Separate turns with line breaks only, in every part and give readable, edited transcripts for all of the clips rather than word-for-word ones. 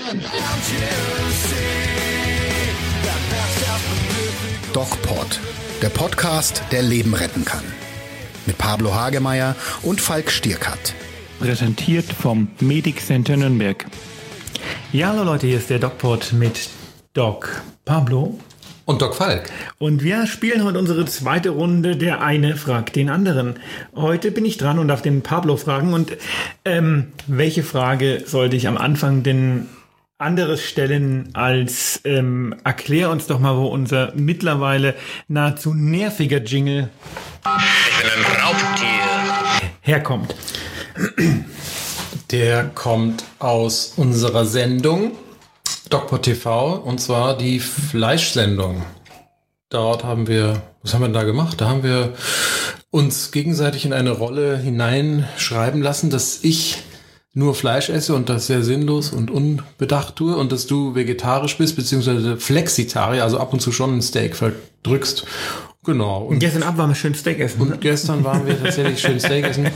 DocPod, der Podcast, der Leben retten kann. Mit Pablo Hagemeyer und Falk Stierkat.
Präsentiert vom Medic Center Nürnberg. Ja, hallo Leute, hier ist der DocPod mit Doc Pablo
und Doc Falk.
Und wir spielen heute unsere zweite Runde. Der eine fragt den anderen. Heute bin ich dran und darf den Pablo fragen. Und welche Frage sollte ich am Anfang denn anderes stellen als erklär uns doch mal, wo unser mittlerweile nahezu nerviger Jingle
Ich bin ein Raubtier
herkommt.
Der kommt aus unserer Sendung DocPod TV, und zwar die Fleischsendung. Dort haben wir, was haben wir denn da gemacht? Da haben wir uns gegenseitig in eine Rolle hineinschreiben lassen, dass ich nur Fleisch esse und das sehr sinnlos und unbedacht tue und dass du vegetarisch bist, beziehungsweise Flexitarier, also ab und zu schon ein Steak verdrückst. Genau.
Und gestern Abend waren wir schön Steak essen.
Und gestern waren wir tatsächlich schön Steak essen.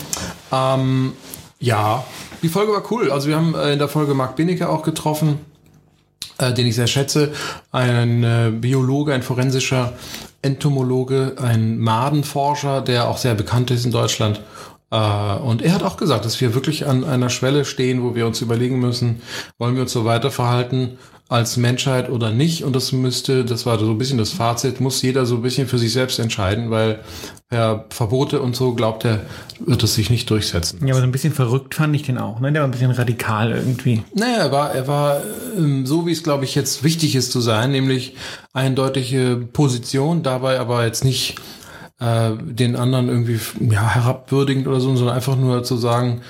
Ja, die Folge war cool. Also wir haben in der Folge Marc Benecke auch getroffen, den ich sehr schätze. Ein Biologe, ein forensischer Entomologe, ein Madenforscher, der auch sehr bekannt ist in Deutschland. Und er hat auch gesagt, dass wir wirklich an einer Schwelle stehen, wo wir uns überlegen müssen, wollen wir uns so weiterverhalten als Menschheit oder nicht? Und das war so ein bisschen das Fazit, muss jeder so ein bisschen für sich selbst entscheiden, weil per Verbote und so, glaubt er, wird es sich nicht durchsetzen.
Ja, aber so ein bisschen verrückt fand ich den auch, ne? Der war ein bisschen radikal irgendwie.
Naja, er war so, wie es, glaube ich, jetzt wichtig ist zu sein, nämlich eindeutige Position, dabei aber jetzt nicht den anderen irgendwie herabwürdigend oder so, sondern einfach nur zu sagen,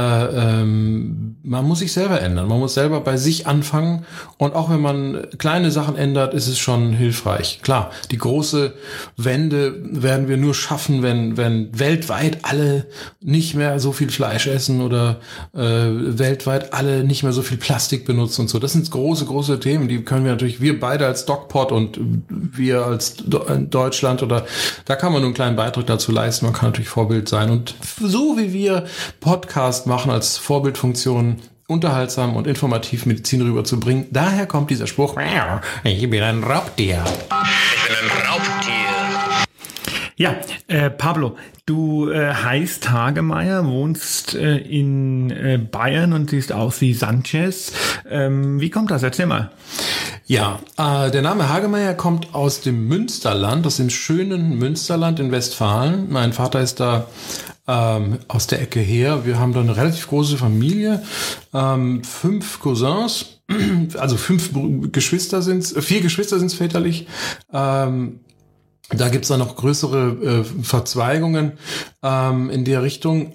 man muss sich selber ändern. Man muss selber bei sich anfangen, und auch wenn man kleine Sachen ändert, ist es schon hilfreich. Klar, die große Wende werden wir nur schaffen, wenn weltweit alle nicht mehr so viel Fleisch essen oder weltweit alle nicht mehr so viel Plastik benutzen und so. Das sind große Themen, die können wir beide als DocPod und wir als Deutschland, oder da kann man nur einen kleinen Beitrag dazu leisten. Man kann natürlich Vorbild sein, und so wie wir Podcast machen als Vorbildfunktion, unterhaltsam und informativ Medizin rüberzubringen. Daher kommt dieser Spruch, ich bin ein Raubtier.
Ich bin ein Raubtier.
Ja, Pablo, du heißt Hagemeyer, wohnst in Bayern und siehst aus wie Sanchez. Wie kommt das? Erzähl mal.
Ja, der Name Hagemeyer kommt aus dem Münsterland, aus dem schönen Münsterland in Westfalen. Mein Vater ist da aus der Ecke her. Wir haben da eine relativ große Familie, 5 Cousins, also 4 Geschwister sind's väterlich. Da gibt's dann noch größere Verzweigungen in der Richtung.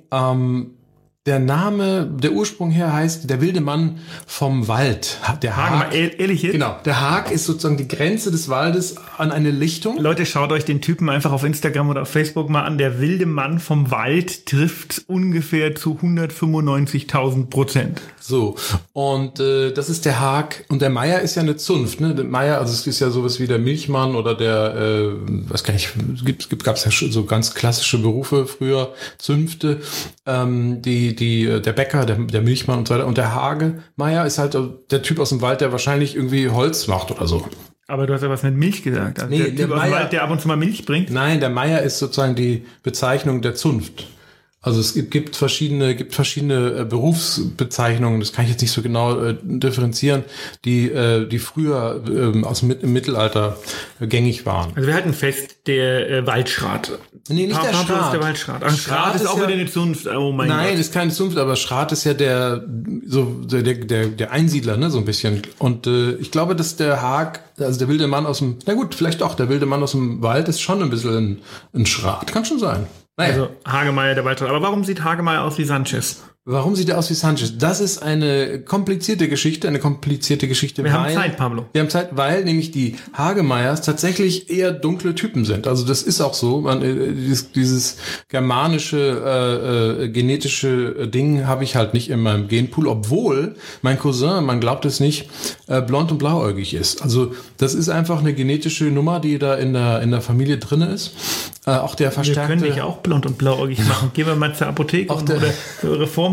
Der Ursprung her heißt der wilde Mann vom Wald. Der Haag.
Ehrlich jetzt?
Genau. Der Haag ist sozusagen die Grenze des Waldes an eine Lichtung.
Leute, schaut euch den Typen einfach auf Instagram oder auf Facebook mal an. Der wilde Mann vom Wald trifft ungefähr zu 195.000%.
So. Und das ist der Haag. Und der Meier ist ja eine Zunft, ne? Der Meier, also es ist ja sowas wie der Milchmann oder der, gab's ja so ganz klassische Berufe früher, Zünfte, der Bäcker, der Milchmann und so weiter. Und der Hagemeyer ist halt der Typ aus dem Wald, der wahrscheinlich irgendwie Holz macht oder so.
Aber du hast ja was mit Milch gesagt. Also
Nee,
der Typ aus dem Wald, der ab und zu mal Milch bringt?
Nein, der Meier ist sozusagen die Bezeichnung der Zunft. Also es gibt verschiedene Berufsbezeichnungen, das kann ich jetzt nicht so genau differenzieren, die früher aus dem Mittelalter gängig waren.
Also wir halten fest, der Waldschrat.
Nee, nicht der Schrat.
Ist der Waldschrat. Ach, Schrat ist auch wieder eine Zunft. Oh mein Gott.
Nein, das ist keine Zunft, aber Schrat ist ja der Einsiedler, ne, so ein bisschen. Und ich glaube, dass der Haag, also der wilde Mann der wilde Mann aus dem Wald ist schon ein bisschen ein Schrat. Kann schon sein. Naja.
Also Hagemeyer, der Waldschrat. Aber warum sieht Hagemeyer aus wie Sanchez?
Warum sieht er aus wie Sanchez? Das ist eine komplizierte Geschichte.
Wir haben Zeit, Pablo.
Wir haben Zeit, weil nämlich die Hagemeyers tatsächlich eher dunkle Typen sind. Also das ist auch so. Dieses germanische, genetische Ding habe ich halt nicht in meinem Genpool, obwohl mein Cousin, man glaubt es nicht, blond und blauäugig ist. Also das ist einfach eine genetische Nummer, die da in der Familie drin ist. Auch der verstärkte...
Wir können dich auch blond und blauäugig machen. Gehen wir mal zur Apotheke oder Reformhaus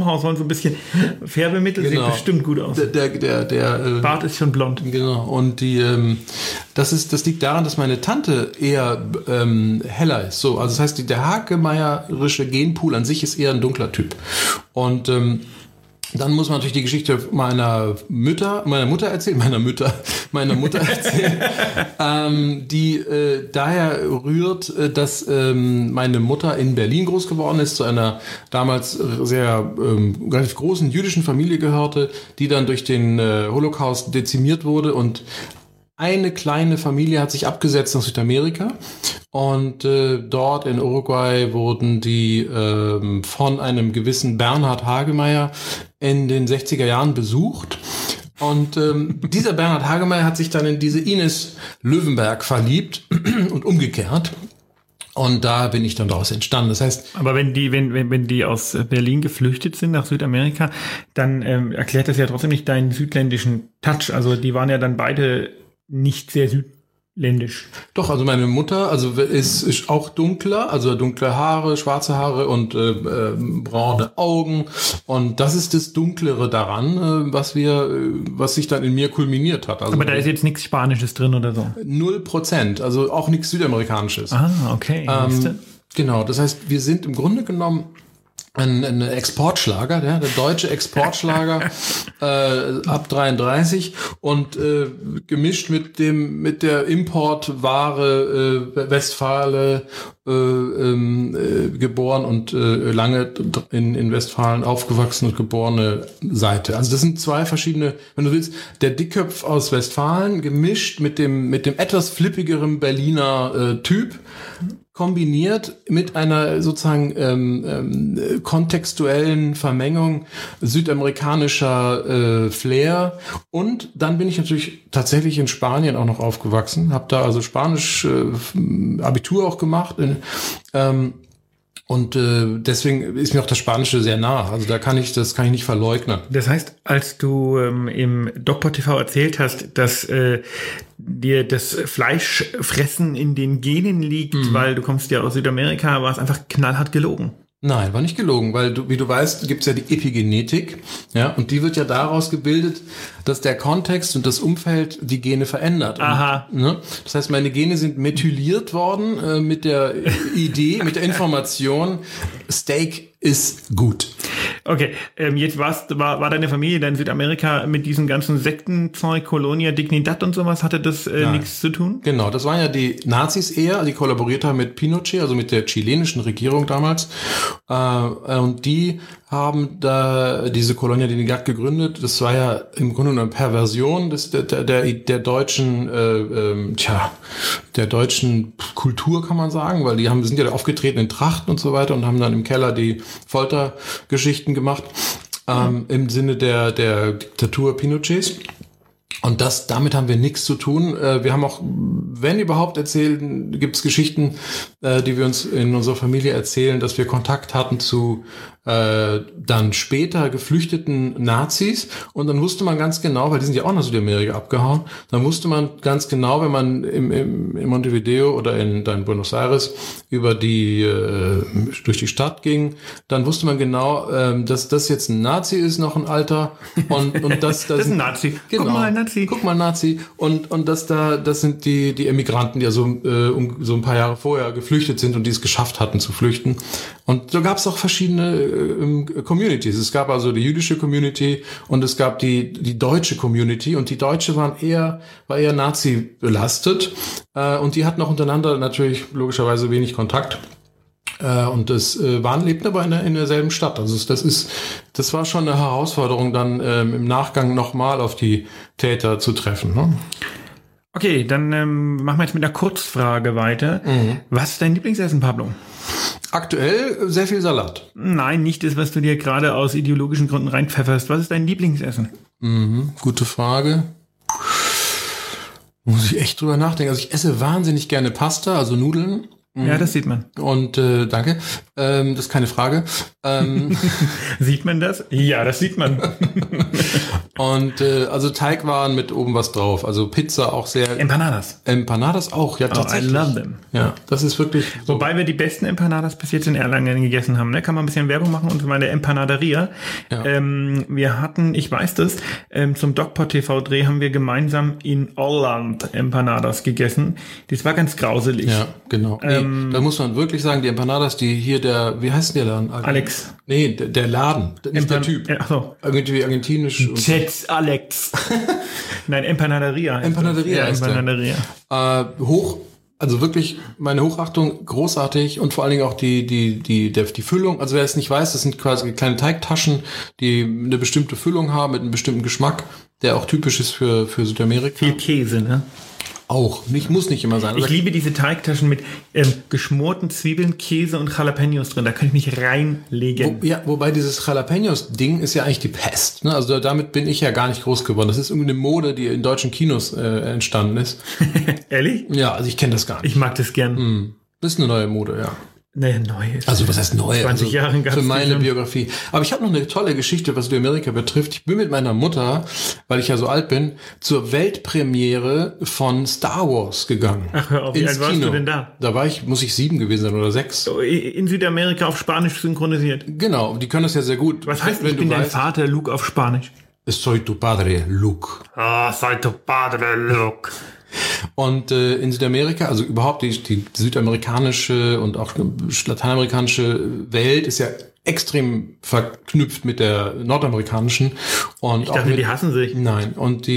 so ein bisschen Färbemittel, sieht bestimmt gut aus.
Der
Bart ist schon blond.
Genau, und das liegt daran, dass meine Tante eher heller ist. So, also das heißt, der hagemeyerische Genpool an sich ist eher ein dunkler Typ. Und dann muss man natürlich die Geschichte meiner Mutter erzählen, die daher rührt, dass meine Mutter in Berlin groß geworden ist, zu einer damals sehr relativ großen jüdischen Familie gehörte, die dann durch den Holocaust dezimiert wurde, und eine kleine Familie hat sich abgesetzt nach Südamerika, und dort in Uruguay wurden die von einem gewissen Bernhard Hagemeyer in den 60er Jahren besucht. Und dieser Bernhard Hagemeyer hat sich dann in diese Ines Löwenberg verliebt und umgekehrt. Und da bin ich dann daraus entstanden. Das heißt,
aber wenn die aus Berlin geflüchtet sind nach Südamerika, dann erklärt das ja trotzdem nicht deinen südländischen Touch. Also die waren ja dann beide nicht sehr südländisch.
Doch, also meine Mutter, ist auch dunkler, also dunkle Haare, schwarze Haare und braune Augen. Und das ist das Dunklere daran, was sich dann in mir kulminiert hat. Also
aber da ist jetzt nichts Spanisches drin oder so?
0%, also auch nichts Südamerikanisches.
Ah, okay.
Genau, das heißt, wir sind im Grunde genommen ein Exportschlager, der deutsche Exportschlager ab 33, und gemischt mit der Importware Westfale, geboren und lange in Westfalen aufgewachsen und geborene Seite. Also das sind zwei verschiedene, wenn du willst, der Dickkopf aus Westfalen gemischt mit dem etwas flippigeren Berliner Typ, kombiniert mit einer sozusagen kontextuellen Vermengung südamerikanischer Flair. Und dann bin ich natürlich tatsächlich in Spanien auch noch aufgewachsen, habe da also Spanisch Abitur auch gemacht. Und deswegen ist mir auch das Spanische sehr nah. Also das kann ich nicht verleugnen.
Das heißt, als du im Doktor TV erzählt hast, dass dir das Fleischfressen in den Genen liegt, weil du kommst ja aus Südamerika, war es einfach knallhart gelogen.
Nein, war nicht gelogen, weil wie du weißt, gibt's ja die Epigenetik, ja, und die wird ja daraus gebildet, dass der Kontext und das Umfeld die Gene verändert.
Aha.
Und, ne? Das heißt, meine Gene sind methyliert worden mit der Idee, mit der Information, Steak ist gut.
Okay, jetzt war deine Familie da in Südamerika mit diesem ganzen Sektenzeug, Colonia Dignidad und sowas, hatte das nichts zu tun?
Genau, das waren ja die Nazis eher, die kollaboriert haben mit Pinochet, also mit der chilenischen Regierung damals. Und die haben da diese Colonia Dignidad gegründet. Das war ja im Grunde eine Perversion der deutschen Kultur, kann man sagen, weil sind ja da aufgetreten in Trachten und so weiter und haben dann im Keller die Foltergeschichten gemacht, im Sinne der Diktatur Pinochets. Und damit haben wir nichts zu tun. Wir haben auch, wenn überhaupt erzählen, gibt es Geschichten, die wir uns in unserer Familie erzählen, dass wir Kontakt hatten zu dann später geflüchteten Nazis. Und dann wusste man ganz genau, weil die sind ja auch nach Südamerika abgehauen, dann wusste man ganz genau, wenn man in Montevideo oder in Buenos Aires durch die Stadt ging, dann wusste man genau, dass das jetzt ein Nazi ist, noch ein Alter. Und das
ist ein Nazi.
Genau. Guck mal, Nazi. Und das sind die Emigranten, die also so ein paar Jahre vorher geflüchtet sind und die es geschafft hatten zu flüchten. Und so gab es auch verschiedene Communities. Es gab also die jüdische Community und es gab die deutsche Community, und die Deutsche war eher Nazi belastet, und die hatten auch untereinander natürlich logischerweise wenig Kontakt. Und lebten aber in derselben Stadt. Also das war schon eine Herausforderung, dann im Nachgang nochmal auf die Täter zu treffen. Ne?
Okay, dann machen wir jetzt mit einer Kurzfrage weiter. Was ist dein Lieblingsessen, Pablo?
Aktuell sehr viel Salat.
Nein, nicht das, was du dir gerade aus ideologischen Gründen reinpfefferst. Was ist dein Lieblingsessen?
Gute Frage. Muss ich echt drüber nachdenken. Also ich esse wahnsinnig gerne Pasta, also Nudeln.
Ja, das sieht man.
Und danke. Das ist keine Frage.
Sieht man das? Ja, das sieht man.
Und also Teigwaren mit oben was drauf. Also Pizza auch sehr. Empanadas auch, ja, tatsächlich.
I love them.
Ja, das ist wirklich so.
Wobei wir die besten Empanadas bis jetzt in Erlangen gegessen haben. Ne? Kann man ein bisschen Werbung machen. Und zwar in der Empanaderia.
Ja.
Wir hatten, ich weiß das, zum DocPod TV-Dreh haben wir gemeinsam in Holland Empanadas gegessen. Das war ganz grauselig.
Ja, genau. Da muss man wirklich sagen, die Empanadas, die hier wie heißt der Laden?
Alex.
Nee, der Laden, nicht der Typ.
Ja, so.
Irgendwie argentinisch.
Jets Alex. Nein, Empanaderia.
Empanaderia heißt
Empanaderia.
Also wirklich meine Hochachtung, großartig und vor allen Dingen auch die Füllung. Also wer es nicht weiß, das sind quasi kleine Teigtaschen, die eine bestimmte Füllung haben mit einem bestimmten Geschmack, der auch typisch ist für Südamerika.
Viel Käse, ne?
Auch. Muss nicht immer sein.
Ich liebe diese Teigtaschen mit geschmorten Zwiebeln, Käse und Jalapenos drin. Da kann ich mich reinlegen.
Wobei dieses Jalapenos-Ding ist ja eigentlich die Pest. Ne? Also damit bin ich ja gar nicht groß geworden. Das ist irgendwie eine Mode, die in deutschen Kinos entstanden ist.
Ehrlich?
Ja, also ich kenne das gar nicht.
Ich mag das gern.
Das ist eine neue Mode, ja.
Nee, neu ist.
Also was heißt neu?
20 Jahren
für meine Biografie. Aber ich habe noch eine tolle Geschichte, was Südamerika betrifft. Ich bin mit meiner Mutter, weil ich ja so alt bin, zur Weltpremiere von Star Wars gegangen.
Ach, hör auf, wie alt warst du denn da?
Da muss ich 7 gewesen sein oder 6.
In Südamerika auf Spanisch synchronisiert.
Genau, die können das ja sehr gut.
Was heißt, ich bin dein Vater, Luke, auf Spanisch?
Soy tu padre, Luke.
Soy tu padre, Luke.
Und in Südamerika, also überhaupt die südamerikanische und auch lateinamerikanische Welt ist ja extrem verknüpft mit der nordamerikanischen. Und
ich dachte, die hassen sich.
Nein, und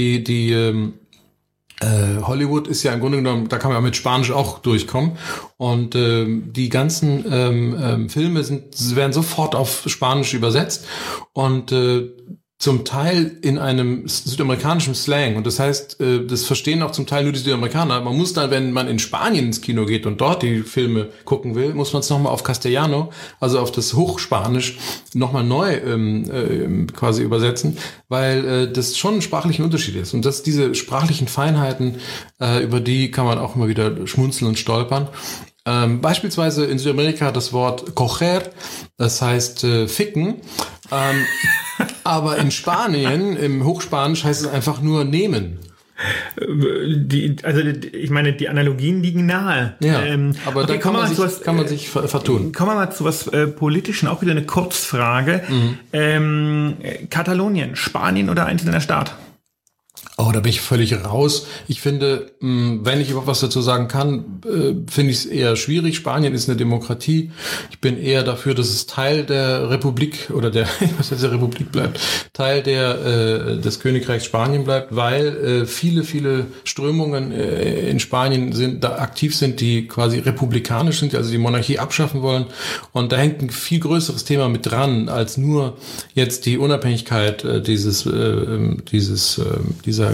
Hollywood ist ja im Grunde genommen, da kann man ja mit Spanisch auch durchkommen. Und die ganzen Filme werden sofort auf Spanisch übersetzt und zum Teil in einem südamerikanischen Slang. Und das heißt, das verstehen auch zum Teil nur die Südamerikaner. Man muss dann, wenn man in Spanien ins Kino geht und dort die Filme gucken will, muss man es nochmal auf Castellano, also auf das Hochspanisch, nochmal neu quasi übersetzen, weil das schon ein sprachlicher Unterschied ist. Und diese sprachlichen Feinheiten, über die kann man auch immer wieder schmunzeln und stolpern. Beispielsweise in Südamerika das Wort coger, das heißt ficken, aber in Spanien, im Hochspanisch heißt es einfach nur nehmen.
Ich meine, die Analogien liegen nahe.
Ja, aber okay, da kann man sich vertun.
Kommen wir mal zu was Politischen, auch wieder eine Kurzfrage. Katalonien, Spanien oder einzelner Staat?
Oh, da bin ich völlig raus. Ich finde, wenn ich überhaupt was dazu sagen kann, finde ich es eher schwierig. Spanien ist eine Demokratie. Ich bin eher dafür, dass es Teil der Republik oder der Republik bleibt, Teil des Königreichs Spanien bleibt, weil viele Strömungen in Spanien aktiv sind, die quasi republikanisch sind, also die Monarchie abschaffen wollen. Und da hängt ein viel größeres Thema mit dran, als nur jetzt die Unabhängigkeit dieser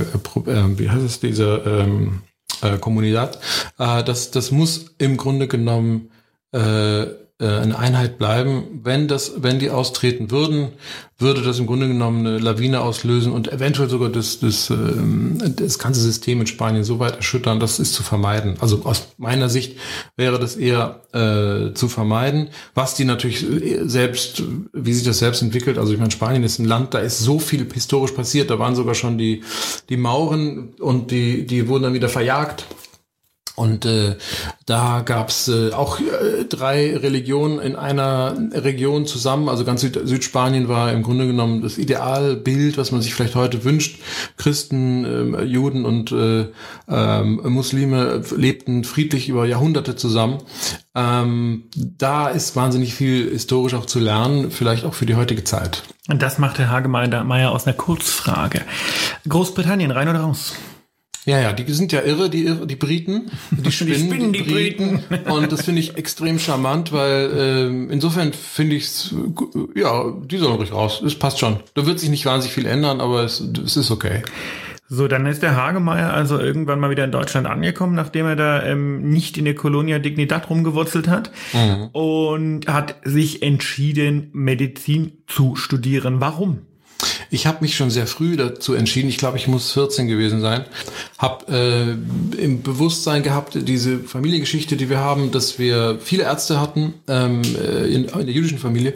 Comunidad. Das muss im Grunde genommen eine Einheit bleiben. Wenn die austreten würden, würde das im Grunde genommen eine Lawine auslösen und eventuell sogar das ganze System in Spanien so weit erschüttern, das ist zu vermeiden. Also aus meiner Sicht wäre das eher zu vermeiden. Was die natürlich wie sich das selbst entwickelt, also ich meine, Spanien ist ein Land, da ist so viel historisch passiert, da waren sogar schon die Mauren und die wurden dann wieder verjagt. Und da gab's auch 3 Religionen in einer Region zusammen. Also ganz Südspanien war im Grunde genommen das Idealbild, was man sich vielleicht heute wünscht. Christen, Juden und Muslime lebten friedlich über Jahrhunderte zusammen. Da ist wahnsinnig viel historisch auch zu lernen, vielleicht auch für die heutige Zeit.
Und das macht Herr Hagemeyer aus einer Kurzfrage. Großbritannien, rein oder raus?
Ja, die sind ja irre, die Briten. Die spinnen die Briten. Und das finde ich extrem charmant, weil insofern finde ich es, ja, die sollen ruhig raus. Das passt schon. Da wird sich nicht wahnsinnig viel ändern, aber es ist okay.
So, dann ist der Hagemeyer also irgendwann mal wieder in Deutschland angekommen, nachdem er da nicht in der Colonia Dignidad rumgewurzelt hat und hat sich entschieden, Medizin zu studieren. Warum?
Ich habe mich schon sehr früh dazu entschieden, ich glaube, ich muss 14 gewesen sein, habe im Bewusstsein gehabt, diese Familiengeschichte, die wir haben, dass wir viele Ärzte hatten in der jüdischen Familie.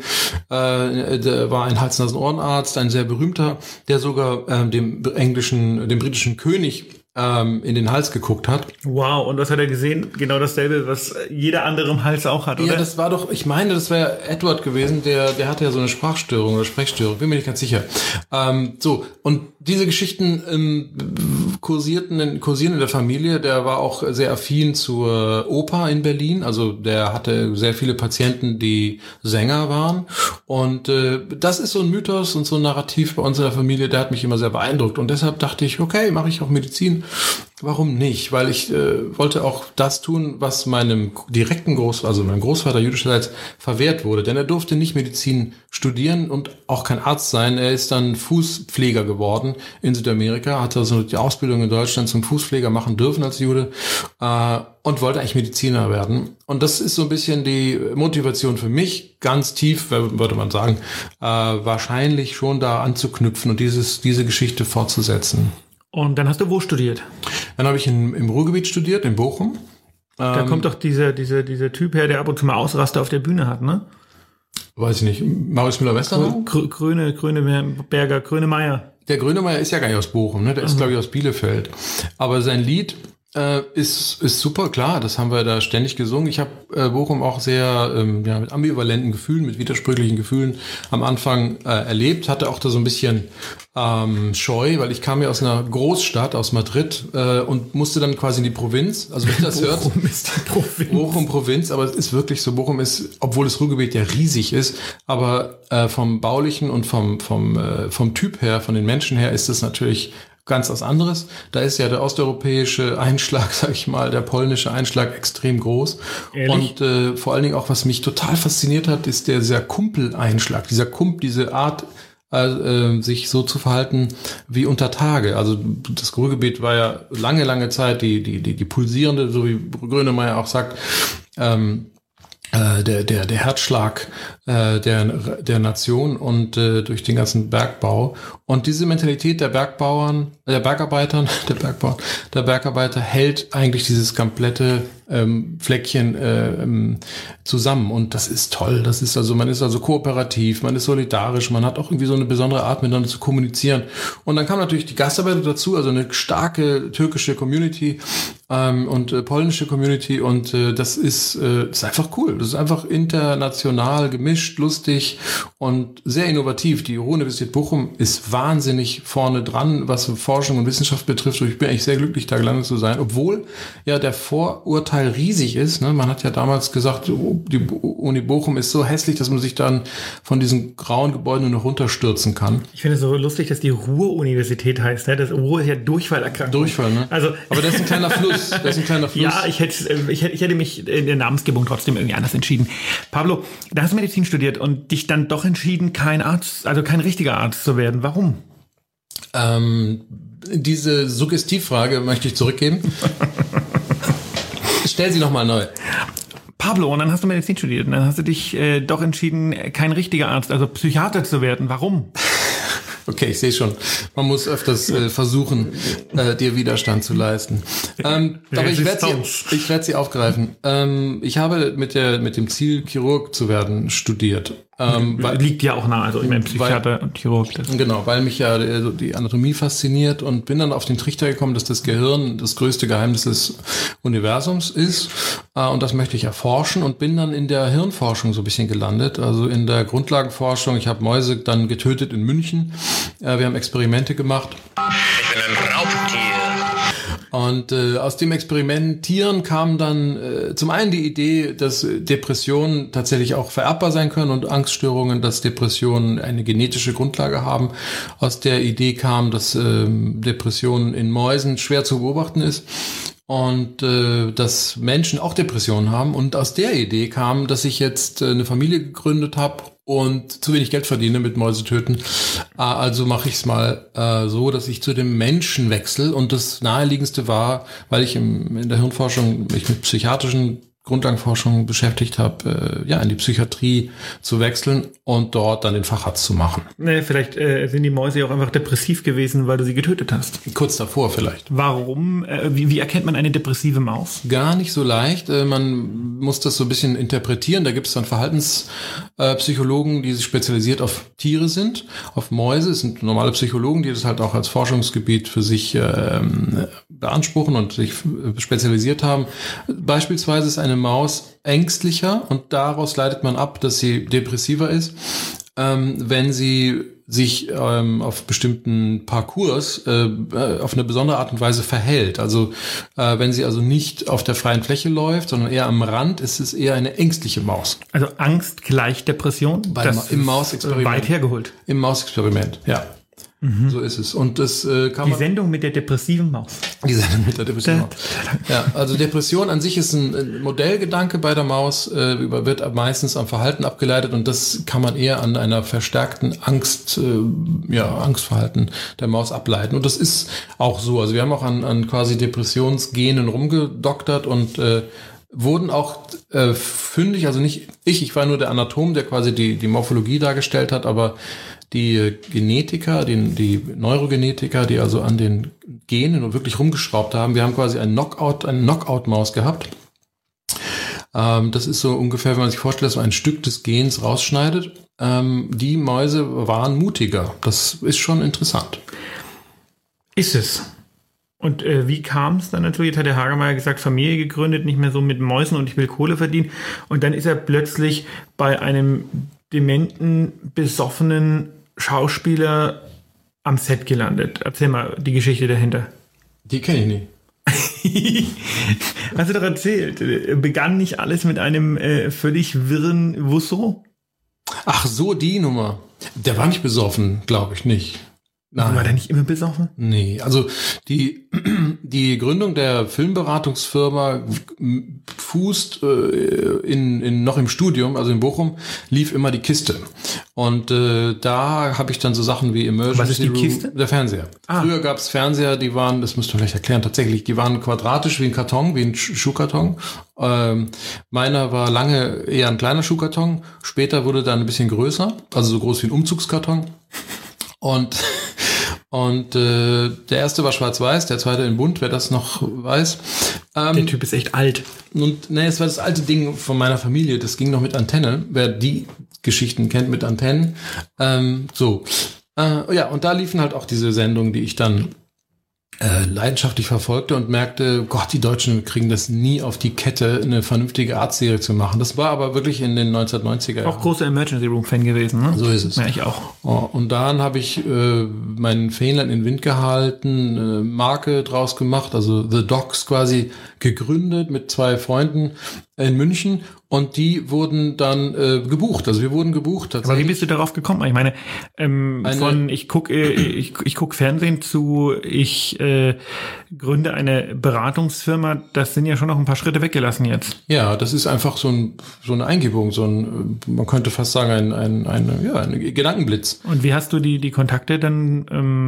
Da war ein Hals-Nasen-Ohrenarzt, ein sehr berühmter, der sogar dem britischen König in den Hals geguckt hat.
Wow, und was hat er gesehen? Genau dasselbe, was jeder andere im Hals auch hat, oder?
Ja, das war doch, ich meine, das wäre Edward gewesen, der hatte ja so eine Sprachstörung oder Sprechstörung, bin mir nicht ganz sicher. So, und diese Geschichten kursieren in der Familie. Der war auch sehr affin zur Oper in Berlin, also der hatte sehr viele Patienten, die Sänger waren. Und das ist so ein Mythos und so ein Narrativ bei uns in der Familie, der hat mich immer sehr beeindruckt. Und deshalb dachte ich, okay, mache ich auch Medizin. Warum nicht? Weil ich wollte auch das tun, was meinem direkten meinem Großvater jüdischerseits verwehrt wurde. Denn er durfte nicht Medizin studieren und auch kein Arzt sein. Er ist dann Fußpfleger geworden in Südamerika, hat also die Ausbildung in Deutschland zum Fußpfleger machen dürfen als Jude und wollte eigentlich Mediziner werden. Und das ist so ein bisschen die Motivation für mich, ganz tief, würde man sagen, wahrscheinlich schon da anzuknüpfen und diese Geschichte fortzusetzen.
Und dann hast du wo studiert?
Dann habe ich im Ruhrgebiet studiert, in Bochum.
Da kommt doch dieser Typ her, der ab und zu mal Ausraster auf der Bühne hat, ne?
Weiß ich nicht. Marius Müller-Westernhagen?
Gröneberger, Grönemeyer.
Der Grönemeyer ist ja gar nicht aus Bochum, ne? Der ist, glaube ich, aus Bielefeld. Aber sein Lied ist super, klar, das haben wir da ständig gesungen. Ich habe Bochum auch sehr mit ambivalenten Gefühlen, mit widersprüchlichen Gefühlen am Anfang erlebt, hatte auch da so ein bisschen Scheu, weil ich kam ja aus einer Großstadt, aus Madrid und musste dann quasi in die Provinz, also wenn das hört,
Bochum ist die Provinz.
Bochum Provinz, aber es ist wirklich so, Bochum ist, obwohl das Ruhrgebiet ja riesig ist, aber vom Baulichen und vom Typ her, von den Menschen her ist es natürlich ganz was anderes. Da ist ja der osteuropäische Einschlag, sag ich mal, der polnische Einschlag extrem groß. Ehrlich? Und vor allen Dingen auch, was mich total fasziniert hat, ist dieser Kumpel-Einschlag, diese Art, sich so zu verhalten wie unter Tage. Also das Ruhrgebiet war ja lange Zeit die pulsierende, so wie Grönemeyer auch sagt, der Herzschlag der Nation und durch den ganzen Bergbau. Und diese Mentalität der Bergarbeiter hält eigentlich dieses komplette Fleckchen zusammen. Und das ist toll. Man ist also kooperativ, man ist solidarisch, man hat auch irgendwie so eine besondere Art, miteinander zu kommunizieren. Und dann kam natürlich die Gastarbeiter dazu, also eine starke türkische Community und polnische Community. Und das ist einfach cool. Das ist einfach international gemischt, lustig und sehr innovativ. Die Ruhr-Universität Bochum ist wahnsinnig vorne dran, was Forschung und Wissenschaft betrifft. Und ich bin eigentlich sehr glücklich, da gelandet zu sein, obwohl ja der Vorurteil riesig ist. Ne? Man hat ja damals gesagt, die Uni Bochum ist so hässlich, dass man sich dann von diesen grauen Gebäuden nur noch runterstürzen kann.
Ich finde es so lustig, dass die Ruhr-Universität heißt. Ne? Das Ruhr ist ja Durchfallerkrankung.
Durchfall, ne?
Also,
aber das ist ein kleiner Fluss.
Ja, ich hätte mich in der Namensgebung trotzdem irgendwie anders entschieden. Pablo, da hast du Medizin studiert und dich dann doch entschieden, kein richtiger Arzt zu werden. Warum?
Diese Suggestivfrage möchte ich zurückgeben. Stell sie nochmal neu.
Pablo, und dann hast du Medizin studiert und dann hast du dich doch entschieden, kein richtiger Arzt, also Psychiater zu werden. Warum?
Okay, ich sehe schon. Man muss öfters versuchen, dir Widerstand zu leisten. Aber ich werde sie aufgreifen. Ich habe mit dem Ziel, Chirurg zu werden, studiert.
Liegt ja auch nah, also ich meine Psychiater und Chirurg.
Genau, weil mich ja die Anatomie fasziniert und bin dann auf den Trichter gekommen, dass das Gehirn das größte Geheimnis des Universums ist und das möchte ich erforschen und bin dann in der Hirnforschung so ein bisschen gelandet, also in der Grundlagenforschung. Ich habe Mäuse dann getötet in München, wir haben Experimente gemacht.
Ich bin ein Raubtier.
Und aus dem Experimentieren kam dann zum einen die Idee, dass Depressionen tatsächlich auch vererbbar sein können und Angststörungen, dass Depressionen eine genetische Grundlage haben. Aus der Idee kam, dass Depressionen in Mäusen schwer zu beobachten ist und dass Menschen auch Depressionen haben. Und aus der Idee kam, dass ich jetzt eine Familie gegründet habe und zu wenig Geld verdiene mit Mäusetöten. Also mache ich es mal so, dass ich zu dem Menschen wechsle. Und das Naheliegendste war, weil ich in der Hirnforschung mich mit psychiatrischen Grundlagenforschung beschäftigt habe, in die Psychiatrie zu wechseln und dort dann den Facharzt zu machen.
Nee, vielleicht sind die Mäuse ja auch einfach depressiv gewesen, weil du sie getötet hast.
Kurz davor vielleicht.
Warum? Wie erkennt man eine depressive Maus?
Gar nicht so leicht. Man muss das so ein bisschen interpretieren. Da gibt es dann Verhaltenspsychologen, die sich spezialisiert auf Tiere sind, auf Mäuse. Es sind normale Psychologen, die das halt auch als Forschungsgebiet für sich beanspruchen und sich spezialisiert haben. Beispielsweise ist eine Maus ängstlicher und daraus leitet man ab, dass sie depressiver ist, wenn sie sich auf bestimmten Parcours auf eine besondere Art und Weise verhält. Also wenn sie also nicht auf der freien Fläche läuft, sondern eher am Rand, ist es eher eine ängstliche Maus.
Also Angst gleich Depression?
Im Mausexperiment.
Weit hergeholt.
Im Mausexperiment, ja. So ist es. Und das kann
Die Sendung mit der depressiven Maus.
Die Sendung mit der depressiven Maus. Ja, also Depression an sich ist ein Modellgedanke bei der Maus, wird meistens am Verhalten abgeleitet und das kann man eher an einer verstärkten Angstverhalten der Maus ableiten. Und das ist auch so. Also wir haben auch an quasi Depressionsgenen rumgedoktert und wurden auch fündig, also nicht ich war nur der Anatom, der quasi die Morphologie dargestellt hat, aber die Genetiker, die Neurogenetiker, die also an den Genen und wirklich rumgeschraubt haben, wir haben quasi eine Knockout-Maus gehabt. Das ist so ungefähr, wenn man sich vorstellt, dass man ein Stück des Gens rausschneidet. Die Mäuse waren mutiger. Das ist schon interessant.
Ist es. Und wie kam es dann dazu? Jetzt hat der Hagemeyer gesagt, Familie gegründet, nicht mehr so mit Mäusen und ich will Kohle verdienen. Und dann ist er plötzlich bei einem dementen, besoffenen Schauspieler am Set gelandet. Erzähl mal die Geschichte dahinter.
Die kenne ich nicht.
Hast du doch erzählt. Begann nicht alles mit einem völlig wirren Wusso?
Ach so, die Nummer. Der war nicht besoffen, glaube ich nicht.
Nein. War der nicht immer besoffen?
Nee, also die Gründung der Filmberatungsfirma fußt noch im Studium, also in Bochum, lief immer die Kiste. Und da habe ich dann so Sachen wie Emergency
Was ist die
Room,
Kiste?
Der Fernseher. Früher gab es Fernseher, die waren, das musst du vielleicht erklären, tatsächlich, die waren quadratisch wie ein Karton, wie ein Schuhkarton. Meiner war lange eher ein kleiner Schuhkarton, später wurde dann ein bisschen größer, also so groß wie ein Umzugskkarton. Und der erste war schwarz-weiß, der zweite in bunt, wer das noch weiß.
Der Typ ist echt alt.
Und es war das alte Ding von meiner Familie, das ging noch mit Antenne, wer die Geschichten kennt mit Antennen. Und da liefen halt auch diese Sendungen, die ich dann leidenschaftlich verfolgte und merkte, Gott, die Deutschen kriegen das nie auf die Kette, eine vernünftige Arztserie zu machen. Das war aber wirklich in den 1990er Jahren.
Auch großer Emergency Room Fan gewesen, ne?
So ist es.
Ja, ich auch.
Und dann habe ich meinen Fähnlein in den Wind gehalten, Marke draus gemacht, also The Docs quasi gegründet mit 2 Freunden in München und die wurden dann gebucht. Also wir wurden gebucht tatsächlich.
Aber wie bist du darauf gekommen? Ich meine, ich guck Fernsehen zu, ich gründe eine Beratungsfirma, das sind ja schon noch ein paar Schritte weggelassen jetzt.
Ja, das ist einfach so eine Eingebung, man könnte fast sagen, ein Gedankenblitz.
Und wie hast du die Kontakte dann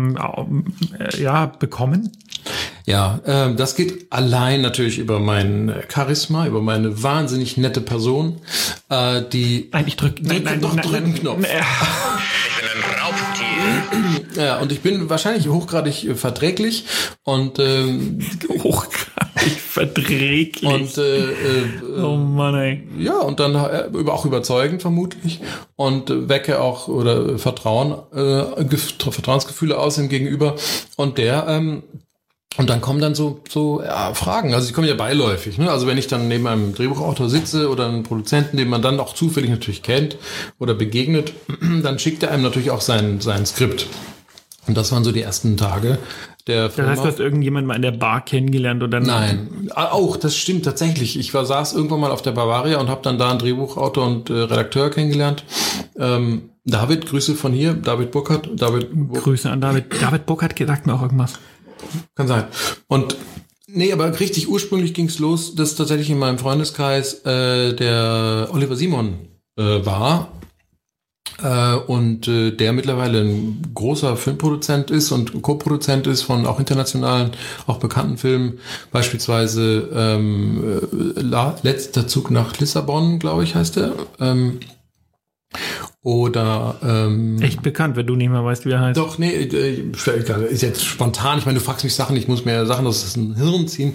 bekommen?
Ja, das geht allein natürlich über mein Charisma, über meine wahnsinnig nette Person, die...
Nein, ich drück
einen Knopf.
Ich bin ein Raubtier.
Ja, und ich bin wahrscheinlich hochgradig verträglich und
hochgradig verträglich.
Und
oh Mann, ey.
Ja, und dann auch überzeugend vermutlich und wecke auch oder Vertrauensgefühle aus dem Gegenüber und und dann kommen dann so Fragen, also die kommen ja beiläufig, ne? Also wenn ich dann neben einem Drehbuchautor sitze oder einem Produzenten, den man dann auch zufällig natürlich kennt oder begegnet, dann schickt er einem natürlich auch sein Skript. Und das waren so die ersten Tage der Firma.
Das heißt, du hast irgendjemanden mal in der Bar kennengelernt oder?
Nein, auch, das stimmt tatsächlich. Ich saß irgendwann mal auf der Bavaria und habe dann da einen Drehbuchautor und Redakteur kennengelernt. David, Grüße von hier, David Burkhardt.
Grüße an David. David Burkhardt sagt mir auch irgendwas.
Kann sein. Und aber richtig ursprünglich ging's los, dass tatsächlich in meinem Freundeskreis der Oliver Simon war. Und der mittlerweile ein großer Filmproduzent ist und Co-Produzent ist von auch internationalen, auch bekannten Filmen, beispielsweise Letzter Zug nach Lissabon, glaube ich, heißt der. Oder
echt bekannt, wenn du nicht mehr weißt, wie er heißt.
Doch, nee, ist jetzt spontan. Ich meine, du fragst mich Sachen, ich muss mir Sachen aus dem Hirn ziehen.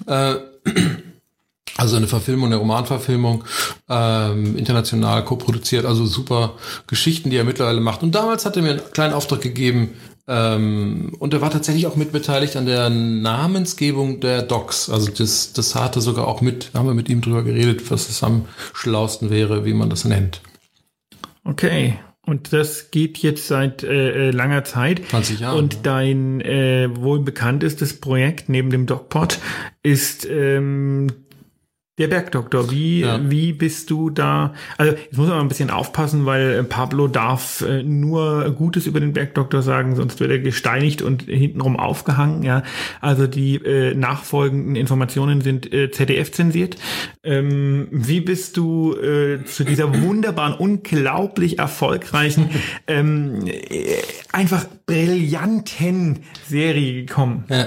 Also eine Verfilmung, eine Romanverfilmung, international co-produziert, also super Geschichten, die er mittlerweile macht. Und damals hat er mir einen kleinen Auftrag gegeben, und er war tatsächlich auch mit beteiligt an der Namensgebung der Docs. Also das hatte sogar auch haben wir mit ihm drüber geredet, was es am schlausten wäre, wie man das nennt.
Okay. Und das geht jetzt seit langer Zeit.
20 Jahren.
Und dein wohl bekanntestes Projekt neben dem DocPod ist der Bergdoktor. Wie bist du da? Also jetzt muss man mal ein bisschen aufpassen, weil Pablo darf nur Gutes über den Bergdoktor sagen, sonst wird er gesteinigt und hintenrum aufgehangen. Ja, also die nachfolgenden Informationen sind ZDF-zensiert. Wie bist du zu dieser wunderbaren, unglaublich erfolgreichen, einfach brillanten Serie gekommen?
Ja,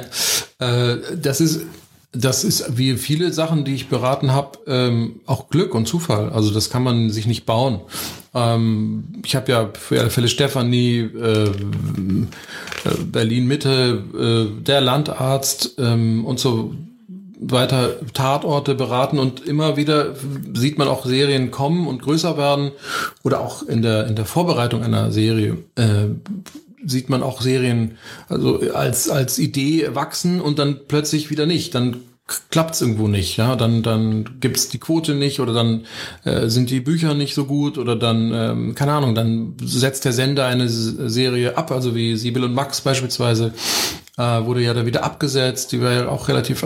das ist wie viele Sachen, die ich beraten habe, auch Glück und Zufall. Also das kann man sich nicht bauen. Ich habe ja für alle Fälle Stefanie, Berlin-Mitte, der Landarzt und so weiter Tatorte beraten und immer wieder sieht man auch Serien kommen und größer werden oder auch in der Vorbereitung einer Serie sieht man auch Serien also als Idee wachsen und dann plötzlich wieder nicht. Dann klappt's irgendwo nicht, ja. Dann gibt's die Quote nicht oder dann sind die Bücher nicht so gut oder dann, keine Ahnung, dann setzt der Sender eine Serie ab, also wie Sibyl und Max beispielsweise, wurde ja dann wieder abgesetzt, die war ja auch relativ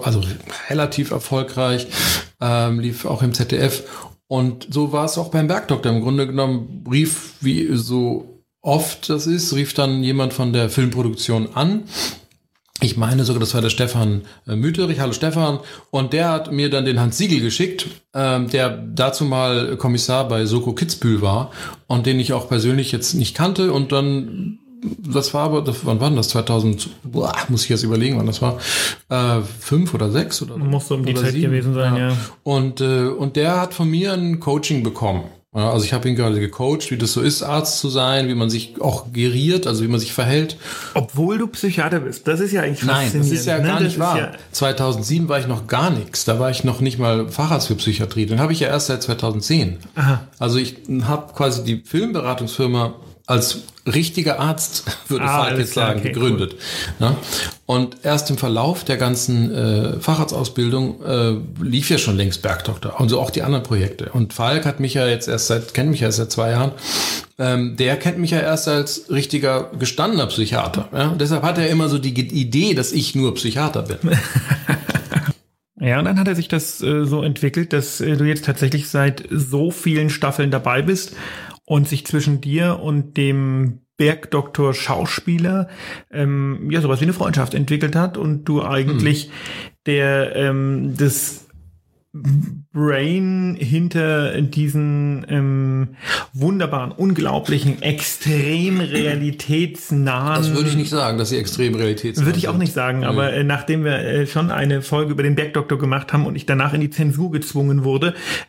erfolgreich, lief auch im ZDF. Und so war es auch beim Bergdoktor. Im Grunde genommen rief, wie so oft das ist, rief dann jemand von der Filmproduktion an. Ich meine sogar, das war der Stefan Müterich. Hallo Stefan. Und der hat mir dann den Hans Siegel geschickt, der dazu mal Kommissar bei Soko Kitzbühel war und den ich auch persönlich jetzt nicht kannte. Und dann, wann war das? 2000, muss ich jetzt überlegen, wann das war. 5 oder 6 oder so.
Muss so um die Zeit 7 gewesen sein, ja.
Und der hat von mir ein Coaching bekommen. Ja, also ich habe ihn gerade gecoacht, wie das so ist, Arzt zu sein, wie man sich auch geriert, also wie man sich verhält.
Obwohl du Psychiater bist. Das ist ja eigentlich faszinierend.
Nein, das ist ja gar nicht wahr.
Ja
2007 war ich noch gar nichts. Da war ich noch nicht mal Facharzt für Psychiatrie. Den habe ich ja erst seit 2010.
Aha.
Also ich habe quasi die Filmberatungsfirma als richtiger Arzt, würde Falk jetzt sagen, okay, gegründet. Cool. Ja? Und erst im Verlauf der ganzen Facharztausbildung lief ja schon längst Bergdoktor. Also auch die anderen Projekte. Und Falk hat mich ja jetzt kennt mich ja erst seit 2 Jahren. Der kennt mich ja erst als richtiger gestandener Psychiater. Ja? Und deshalb hat er immer so die Idee, dass ich nur Psychiater bin.
Ja, und dann hat er sich das so entwickelt, dass du jetzt tatsächlich seit so vielen Staffeln dabei bist und sich zwischen dir und dem Bergdoktor Schauspieler sowas wie eine Freundschaft entwickelt hat und du eigentlich das Brain hinter diesen wunderbaren, unglaublichen, extrem realitätsnahen...
Das würde ich nicht sagen, dass sie extrem realitätsnah
Würde ich auch nicht sagen, aber nachdem wir schon eine Folge über den Bergdoktor gemacht haben und ich danach in die Zensur gezwungen wurde,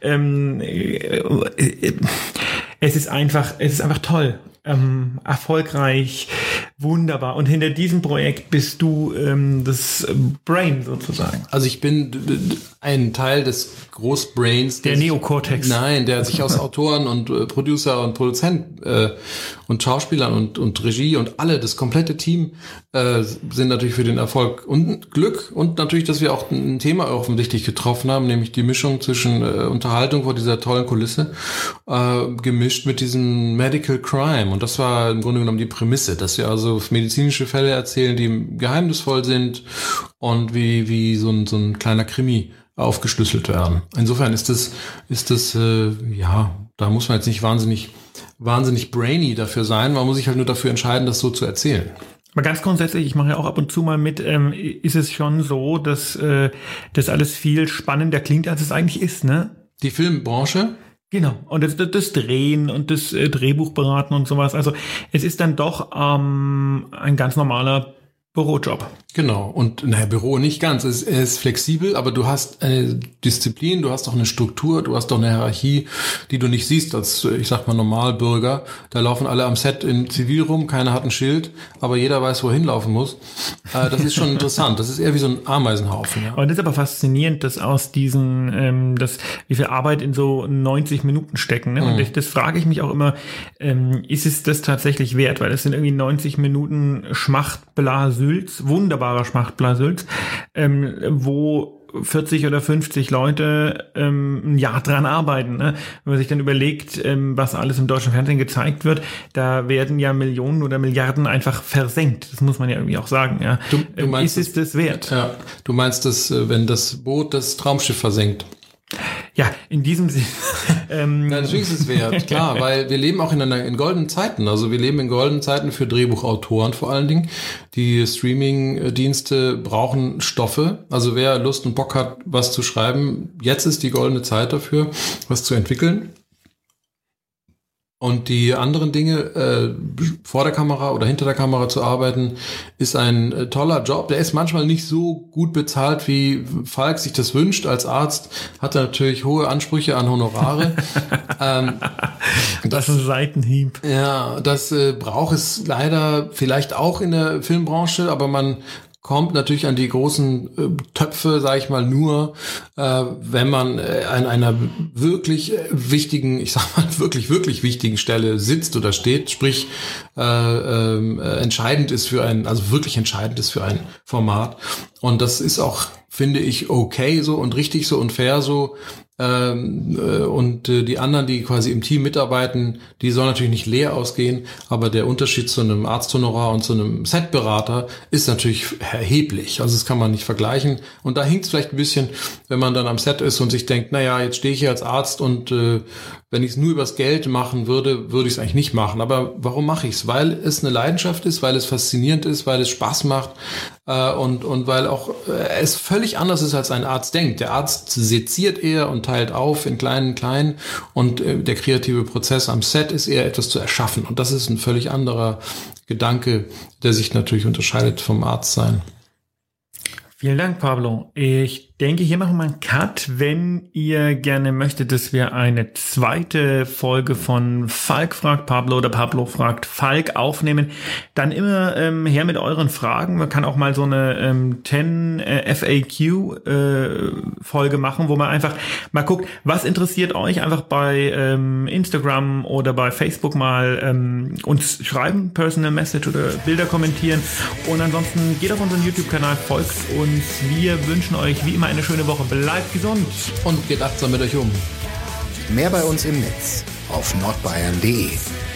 es ist einfach toll. Erfolgreich, wunderbar. Und hinter diesem Projekt bist du das Brain sozusagen.
Also ich bin ein Teil des Großbrains.
Der Neokortex.
Nein, der sich aus Autoren und Producer und Produzent und Schauspielern und Regie und alle, das komplette Team sind natürlich für den Erfolg und Glück und natürlich, dass wir auch ein Thema offensichtlich getroffen haben, nämlich die Mischung zwischen Unterhaltung vor dieser tollen Kulisse gemischt mit diesem Medical Crime. Und das war im Grunde genommen die Prämisse, dass wir also medizinische Fälle erzählen, die geheimnisvoll sind und wie so ein kleiner Krimi aufgeschlüsselt werden. Insofern ist das da muss man jetzt nicht wahnsinnig brainy dafür sein, man muss sich halt nur dafür entscheiden, das so zu erzählen.
Aber ganz grundsätzlich, ich mache ja auch ab und zu mal mit, ist es schon so, dass das alles viel spannender klingt, als es eigentlich ist, ne?
Die Filmbranche?
Genau, und das Drehen und das Drehbuch beraten und sowas. Also es ist dann doch ein ganz normaler Bürojob.
Genau, und Büro nicht ganz. Es ist flexibel, aber du hast eine Disziplin, du hast auch eine Struktur, du hast auch eine Hierarchie, die du nicht siehst als, ich sag mal, Normalbürger. Da laufen alle am Set in Zivil rum, keiner hat ein Schild, aber jeder weiß, wo er hinlaufen muss. Das ist schon interessant. Das ist eher wie so ein Ameisenhaufen. Ja.
Und das ist aber faszinierend, dass aus diesen, wie viel Arbeit in so 90 Minuten stecken. Ne? Und das frage ich mich auch immer, ist es das tatsächlich wert? Weil das sind irgendwie 90 Minuten Schmacht-Bla-Sülz, wunderbarer Schmacht-Bla-Sülz, wo 40 oder 50 Leute ein Jahr dran arbeiten. Ne? Wenn man sich dann überlegt, was alles im deutschen Fernsehen gezeigt wird, da werden ja Millionen oder Milliarden einfach versenkt. Das muss man ja irgendwie auch sagen. Ja?
Du meinst,
ist es das wert?
Ja, du meinst, dass wenn das Boot das Traumschiff versenkt?
Ja, in diesem Sinne.
Natürlich ist es wert, klar, weil wir leben auch in goldenen Zeiten. Also wir leben in goldenen Zeiten für Drehbuchautoren vor allen Dingen. Die Streaming-Dienste brauchen Stoffe. Also wer Lust und Bock hat, was zu schreiben, jetzt ist die goldene Zeit dafür, was zu entwickeln. Und die anderen Dinge, vor der Kamera oder hinter der Kamera zu arbeiten, ist ein toller Job. Der ist manchmal nicht so gut bezahlt, wie Falk sich das wünscht. Als Arzt hat er natürlich hohe Ansprüche an Honorare.
Das ist ein Seitenhieb.
Ja, das braucht es leider vielleicht auch in der Filmbranche, aber man kommt natürlich an die großen Töpfe, sage ich mal, nur, wenn man an einer wirklich wichtigen, ich sag mal wirklich wichtigen Stelle sitzt oder steht, sprich entscheidend ist wirklich entscheidend ist für ein Format. Und das ist auch, finde ich, okay so und richtig so und fair so. Und die anderen, die quasi im Team mitarbeiten, die sollen natürlich nicht leer ausgehen, aber der Unterschied zu einem Arzthonorar und zu einem Setberater ist natürlich erheblich. Also das kann man nicht vergleichen. Und da hinkt es vielleicht ein bisschen, wenn man dann am Set ist und sich denkt, naja, jetzt stehe ich hier als Arzt und wenn ich es nur übers Geld machen würde, würde ich es eigentlich nicht machen. Aber warum mache ich es? Weil es eine Leidenschaft ist, weil es faszinierend ist, weil es Spaß macht und weil auch es völlig anders ist, als ein Arzt denkt. Der Arzt seziert eher und teilt auf in kleinen und der kreative Prozess am Set ist eher etwas zu erschaffen. Und das ist ein völlig anderer Gedanke, der sich natürlich unterscheidet vom Arztsein.
Vielen Dank, Pablo. Ich denke, hier machen wir einen Cut. Wenn ihr gerne möchtet, dass wir eine zweite Folge von Falk fragt Pablo oder Pablo fragt Falk aufnehmen, dann immer her mit euren Fragen. Man kann auch mal so eine 10 FAQ-Folge machen, wo man einfach mal guckt, was interessiert euch, einfach bei Instagram oder bei Facebook mal uns schreiben, Personal Message oder Bilder kommentieren. Und ansonsten geht auf unseren YouTube-Kanal, folgt uns. Wir wünschen euch wie immer eine schöne Woche. Bleibt gesund.
Und geht achtsam mit euch um.
Mehr bei uns im Netz auf nordbayern.de.